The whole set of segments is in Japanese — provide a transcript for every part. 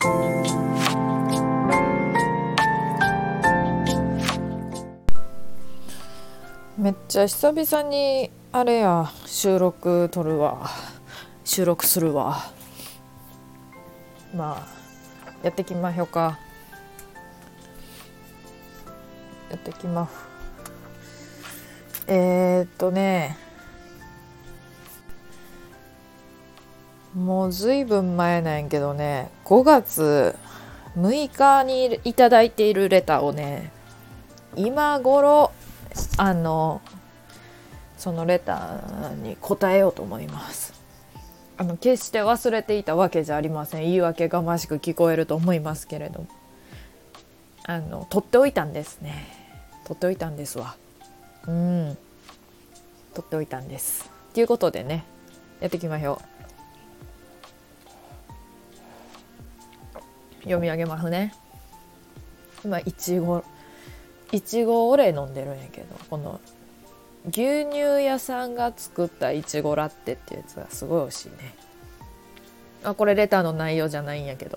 めっちゃ久々にあれや収録するわ。まあやってきまひょか。やってきまもうずいぶん前なんやけどね、5月6日にいただいているレターをね、今頃そのレターに答えようと思います。決して忘れていたわけじゃありません。言い訳がましく聞こえると思いますけれども、取っておいたんですね。取っておいたんですわ。取っておいたんですということでね、やっていきましょう。読み上げますね。今いちごオレ飲んでるんやけど、この牛乳屋さんが作ったいちごラッテってやつがすごい美味しいね。これレターの内容じゃないんやけど、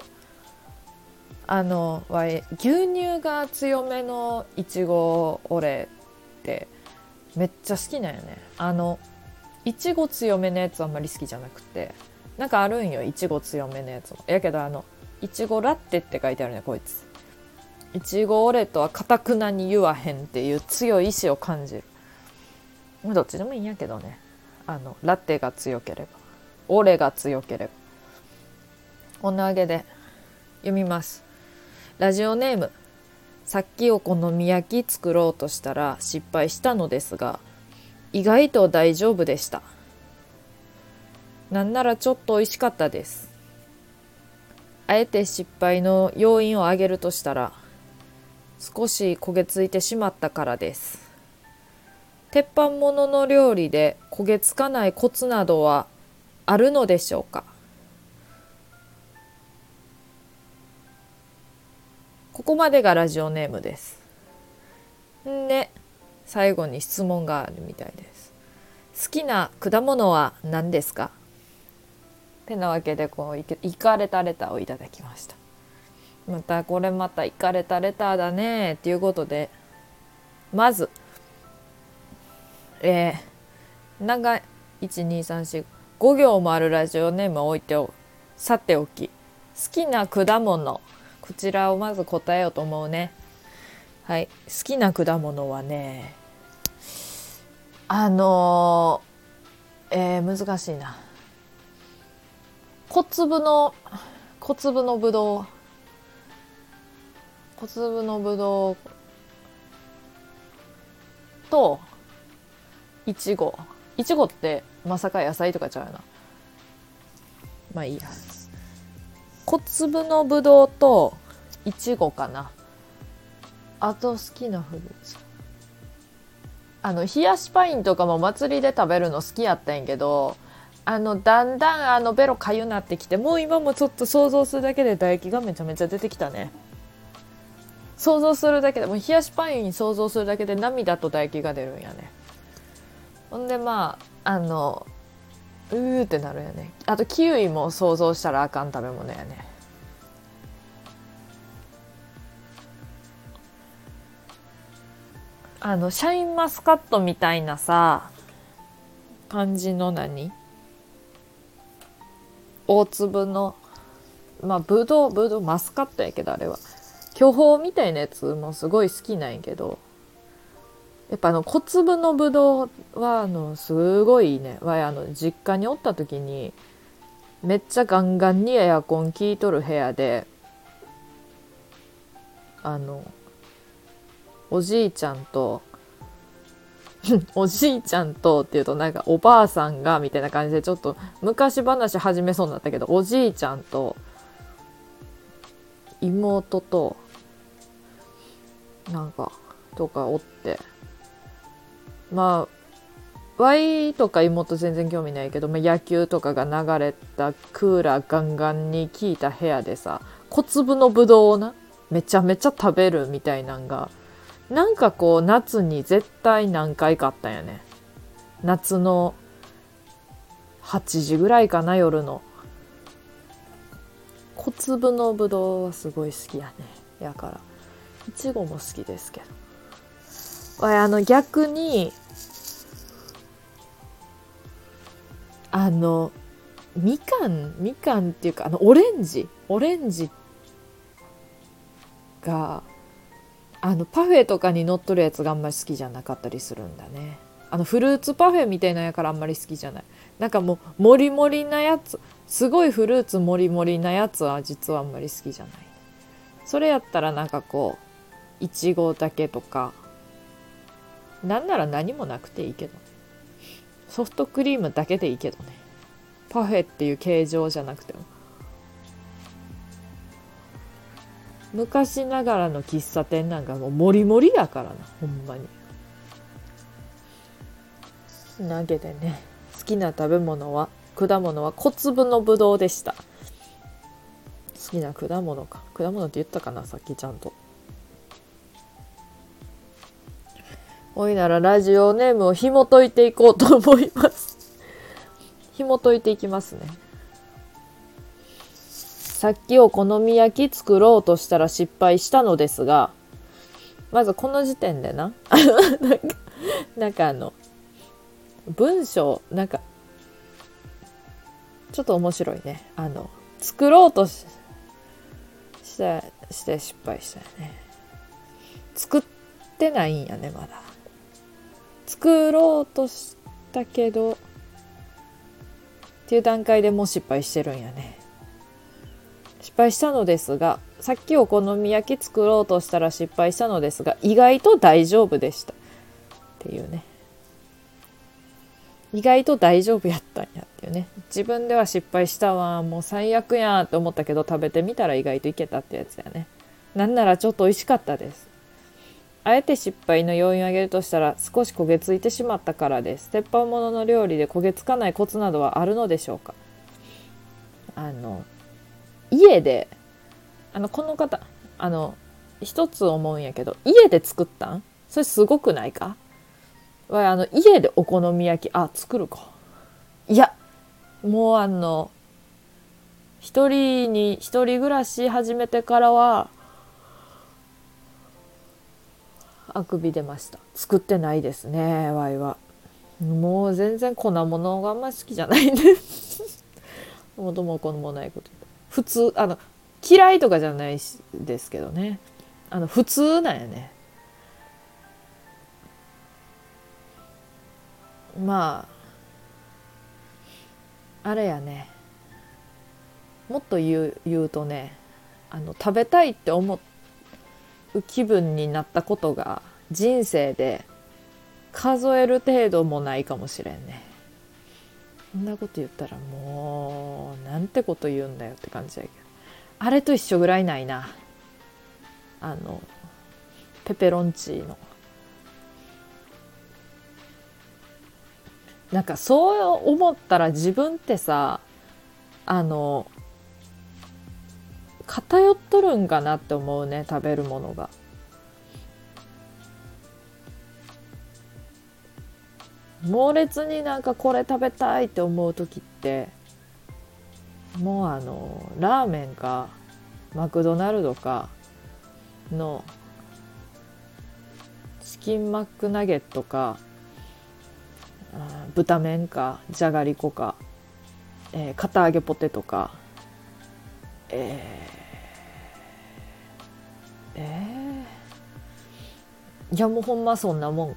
牛乳が強めのいちごオレってめっちゃ好きなんよね。いちご強めのやつあんまり好きじゃなくて、なんかあるんよいちご強めのやつも。やけどいちごラッテって書いてあるね、こいつ。いちごオレとは堅くなに言わへんっていう強い意志を感じる。どっちでもいいんやけどね、ラテが強ければオレが強ければ。こんなわけで読みます。ラジオネーム、さっきお好み焼き作ろうとしたら失敗したのですが意外と大丈夫でした。なんならちょっと美味しかったです。あえて失敗の要因を挙げるとしたら少し焦げついてしまったからです。鉄板ものの料理で焦げつかないコツなどはあるのでしょうか。ここまでがラジオネームです。で、最後に質問があるみたいです。好きな果物は何ですか？てなわけでいかれたレターをいただきました。またいかれたレターだねっていうことで、まず長い12345行もあるラジオネームをさておき、好きな果物、こちらをまず答えようと思うね。はい、好きな果物はね、難しいな。小粒のぶどうといちごってまさか野菜とかちゃうよな。まあいいや。小粒のぶどうといちごかな。あと好きなフルーツ、冷やしパインとかも祭りで食べるの好きやったんやけど、だんだんベロかゆなってきて、もう今もちょっと想像するだけで唾液がめちゃめちゃ出てきたね。想像するだけでもう冷やしパイン想像するだけで涙と唾液が出るんやね。ほんでうーってなるよね。あとキウイも想像したらあかん食べ物やね。シャインマスカットみたいなさ感じの大粒のブドウマスカットやけど、あれは巨峰みたいなやつもすごい好きなんやけど、やっぱ小粒のぶどうはすごいいいね。実家におった時にめっちゃガンガンにエアコン効いとる部屋で、おじいちゃんとおじいちゃんとっていうとなんかおばあさんがみたいな感じでちょっと昔話始めそうになったけど、おじいちゃんと妹ととかおって、ワイとか妹全然興味ないけど、野球とかが流れたクーラーガンガンに効いた部屋でさ、小粒のぶどうをめちゃめちゃ食べるみたいなんが夏に絶対何回かあったんやね。夏の8時ぐらいかな、夜の。 小粒のぶどうはすごい好きやね。やからいちごも好きですけど、逆にみかんっていうかオレンジがパフェとかに乗っとるやつがあんまり好きじゃなかったりするんだね。フルーツパフェみたいなやからあんまり好きじゃない。なんかもうモリモリなやつ、すごいフルーツモリモリなやつは実はあんまり好きじゃない。それやったらなんかこういちごだけとか、なんなら何もなくていいけどね、ソフトクリームだけでいいけどね、パフェっていう形状じゃなくても。昔ながらの喫茶店なんかもうモリモリやからな、ほんまに。なわけでね、好きな果物は小粒のぶどうでした。好きな果物って言ったかな、さっきちゃんと。おいならラジオネームを紐解いていこうと思います紐解いていきますね。さっきお好み焼き作ろうとしたら失敗したのですが、まずこの時点でななんか文章なんかちょっと面白いね。作ろうとして失敗したよね。作ってないんやね、まだ。作ろうとしたけどっていう段階でもう失敗してるんやね。失敗したのですが、さっきお好み焼き作ろうとしたら失敗したのですが、意外と大丈夫でしたっていうね。意外と大丈夫やったんやっていうね。自分では失敗したわ、もう最悪やって思ったけど、食べてみたら意外といけたってやつやね。なんならちょっと美味しかったです。あえて失敗の要因を挙げるとしたら、少し焦げついてしまったからです。鉄板物の料理で焦げつかないコツなどはあるのでしょうか。家でこの方一つ思うんやけど、家で作ったんそれすごくないか。家でお好み焼き作るか。いやもう一人暮らし始めてからはあくび出ました。作ってないですね。わいはもう全然粉物があんまり好きじゃないんでもともこもないこと普通嫌いとかじゃないですけどね、普通なんやね。まああれやね、もっと言うとね、食べたいって思う気分になったことが人生で数える程度もないかもしれんね。そんなこと言ったらもうなんてこと言うんだよって感じやけど、あれと一緒ぐらいないな。ペペロンチーノ。なんかそう思ったら自分ってさ、偏っとるんかなって思うね、食べるものが。猛烈になんかこれ食べたいって思う時って、もうラーメンかマクドナルドかのチキンマックナゲットか、豚麺かじゃがりこか、堅揚げポテトか、いやもうほんまそんなも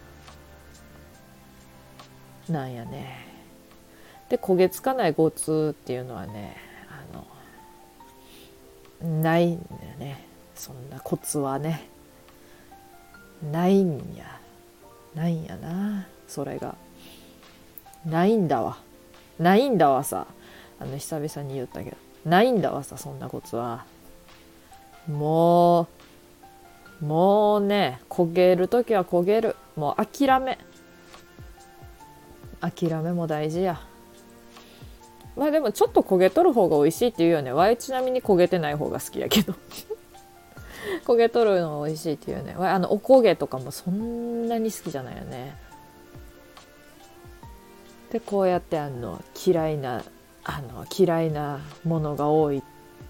んなんやね。で焦げつかないコツっていうのはね、ないんだよね。そんなコツはねないんやな。それがないんだわさ。久々に言ったけどないんだわさ、そんなコツは。もうね、焦げるときは焦げる。もう諦めも大事や。まあでもちょっと焦げとる方が美味しいっていうよね。わいちなみに焦げてない方が好きやけど焦げとるのが美味しいっていうね。お焦げとかもそんなに好きじゃないよね。でこうやって嫌いなものが多いっ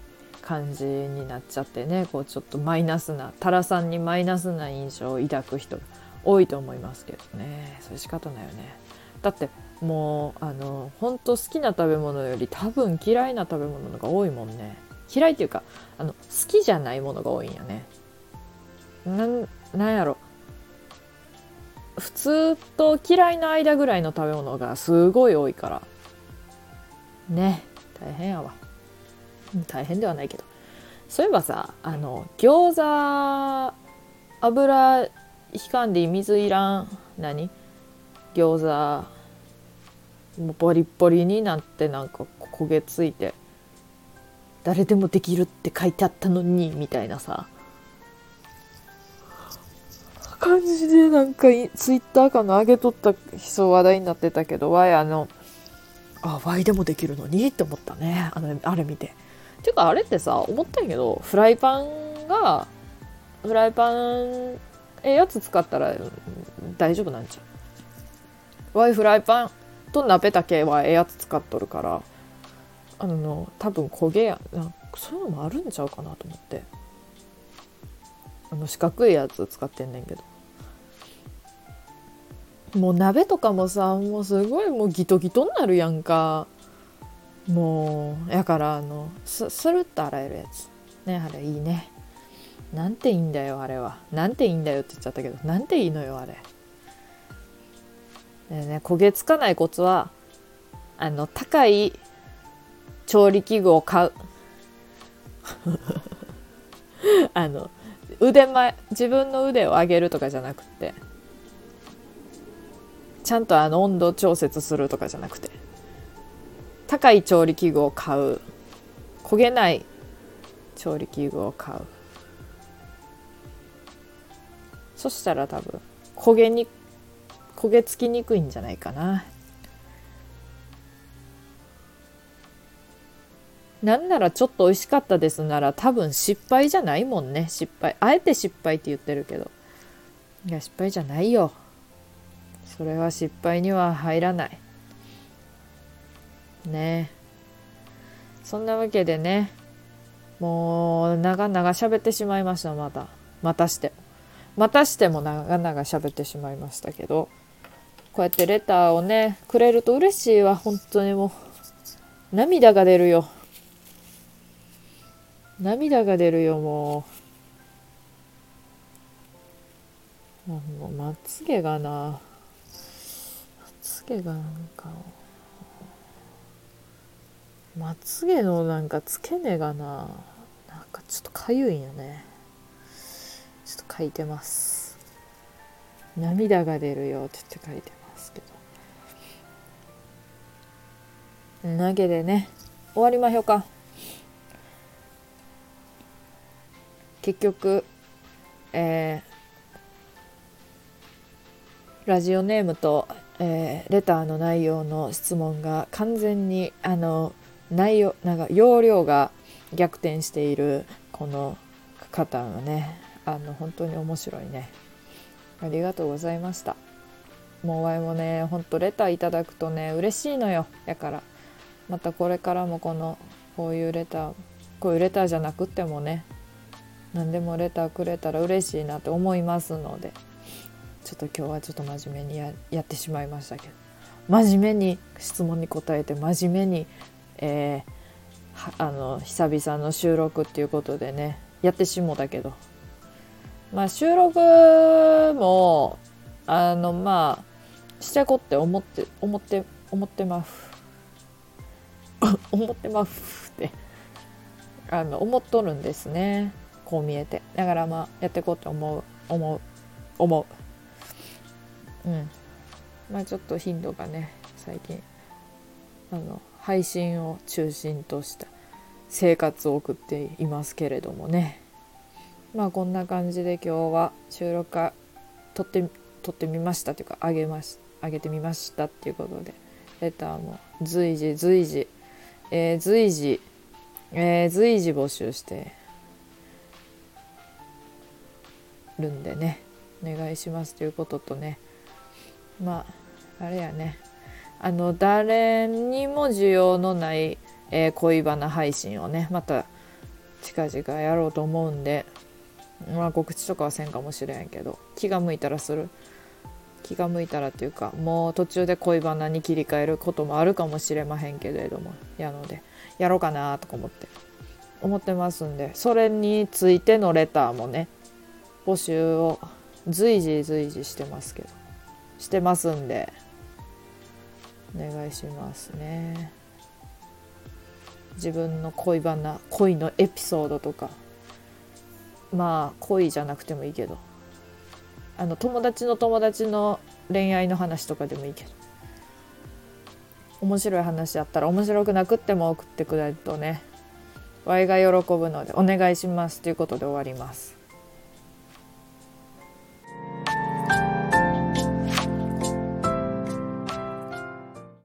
感じになっちゃってね、こうちょっとタラさんにマイナスな印象を抱く人が多いと思いますけどね。それ仕方ないよね。だってもう本当好きな食べ物より多分嫌いな食べ物のが多いもんね。嫌いっていうか好きじゃないものが多いんやね。なんやろ、普通と嫌いの間ぐらいの食べ物がすごい多いからね、大変やわ。大変ではないけど、そういえばさ、餃子油ひかんで水いらん餃子もうボリッボリになってなんか焦げついて誰でもできるって書いてあったのにみたいなさ感じで、なんかツイッターかの上げとった人話題になってたけど、ワイでもできるのにって思ったね、あれ見て。ていうかあれってさ、思ったんやけど、フライパンやつ使ったら大丈夫なんちゃう。フライパンと鍋だけはやつ使っとるから多分焦げそういうのもあるんちゃうかなと思って、四角いやつ使ってんねんけど、もう鍋とかもさ、もうすごいもうギトギトになるやんか。もうやからスルッと洗えるやつね、あれいいね。なんていいんだよあれは。なんていいんだよって言っちゃったけど、なんていいのよあれ。でね、焦げつかないコツは高い調理器具を買う自分の腕を上げるとかじゃなくて、ちゃんと温度調節するとかじゃなくて、高い調理器具を買う、焦げない調理器具を買う。そしたら多分焦げつきにくいんじゃないかな。なんならちょっと美味しかったですなら多分失敗じゃないもんね。あえて失敗って言ってるけど、いや失敗じゃないよ。それは失敗には入らないね。そんなわけでね、もう長々喋ってしまいました。またしても長々喋ってしまいましたけど、こうやってレターをねくれると嬉しいわ。本当にもう涙が出るよ。もうまつげがなんかまつげのなんか付け根がなんかちょっとかゆいんよね。ちょっと書いてます。涙が出るよって言って書いてますけど、なわけでね終わりましょうか。結局ラジオネームと、レターの内容の質問が完全に容量が逆転しているこの方がね、本当に面白いね。ありがとうございました。もうワイもね、本当レターいただくとね嬉しいのよ。やからまたこれからもこういうレターじゃなくってもね、何でもレターくれたら嬉しいなって思いますので、ちょっと今日はちょっと真面目に やってしまいましたけど、真面目に質問に答えて真面目に、久々の収録っていうことでねやってしもだけど、収録もしてこって思ってまふって思っとるんですね。こう見えて、だからやってこうって思う。ちょっと頻度がね最近配信を中心とした生活を送っていますけれどもね、こんな感じで今日は収録撮ってみましたというか上げてみましたっていうことで、レターも随時募集してるんでね、お願いしますということとね、あれやね、誰にも需要のない、恋バナ配信をねまた近々やろうと思うんで、まあ告知とかはせんかもしれんけど、気が向いたらする。気が向いたらっていうか、もう途中で恋バナに切り替えることもあるかもしれまへんけれども、やのでやろうかなとか思ってますんで、それについてのレターもね、募集を随時してますけど、してますんでお願いしますね。自分の恋のエピソードとか、まあ恋じゃなくてもいいけど、友達の友達の恋愛の話とかでもいいけど、面白い話あったら、面白くなくっても送ってくれるとね、わいが喜ぶのでお願いしますということで終わります。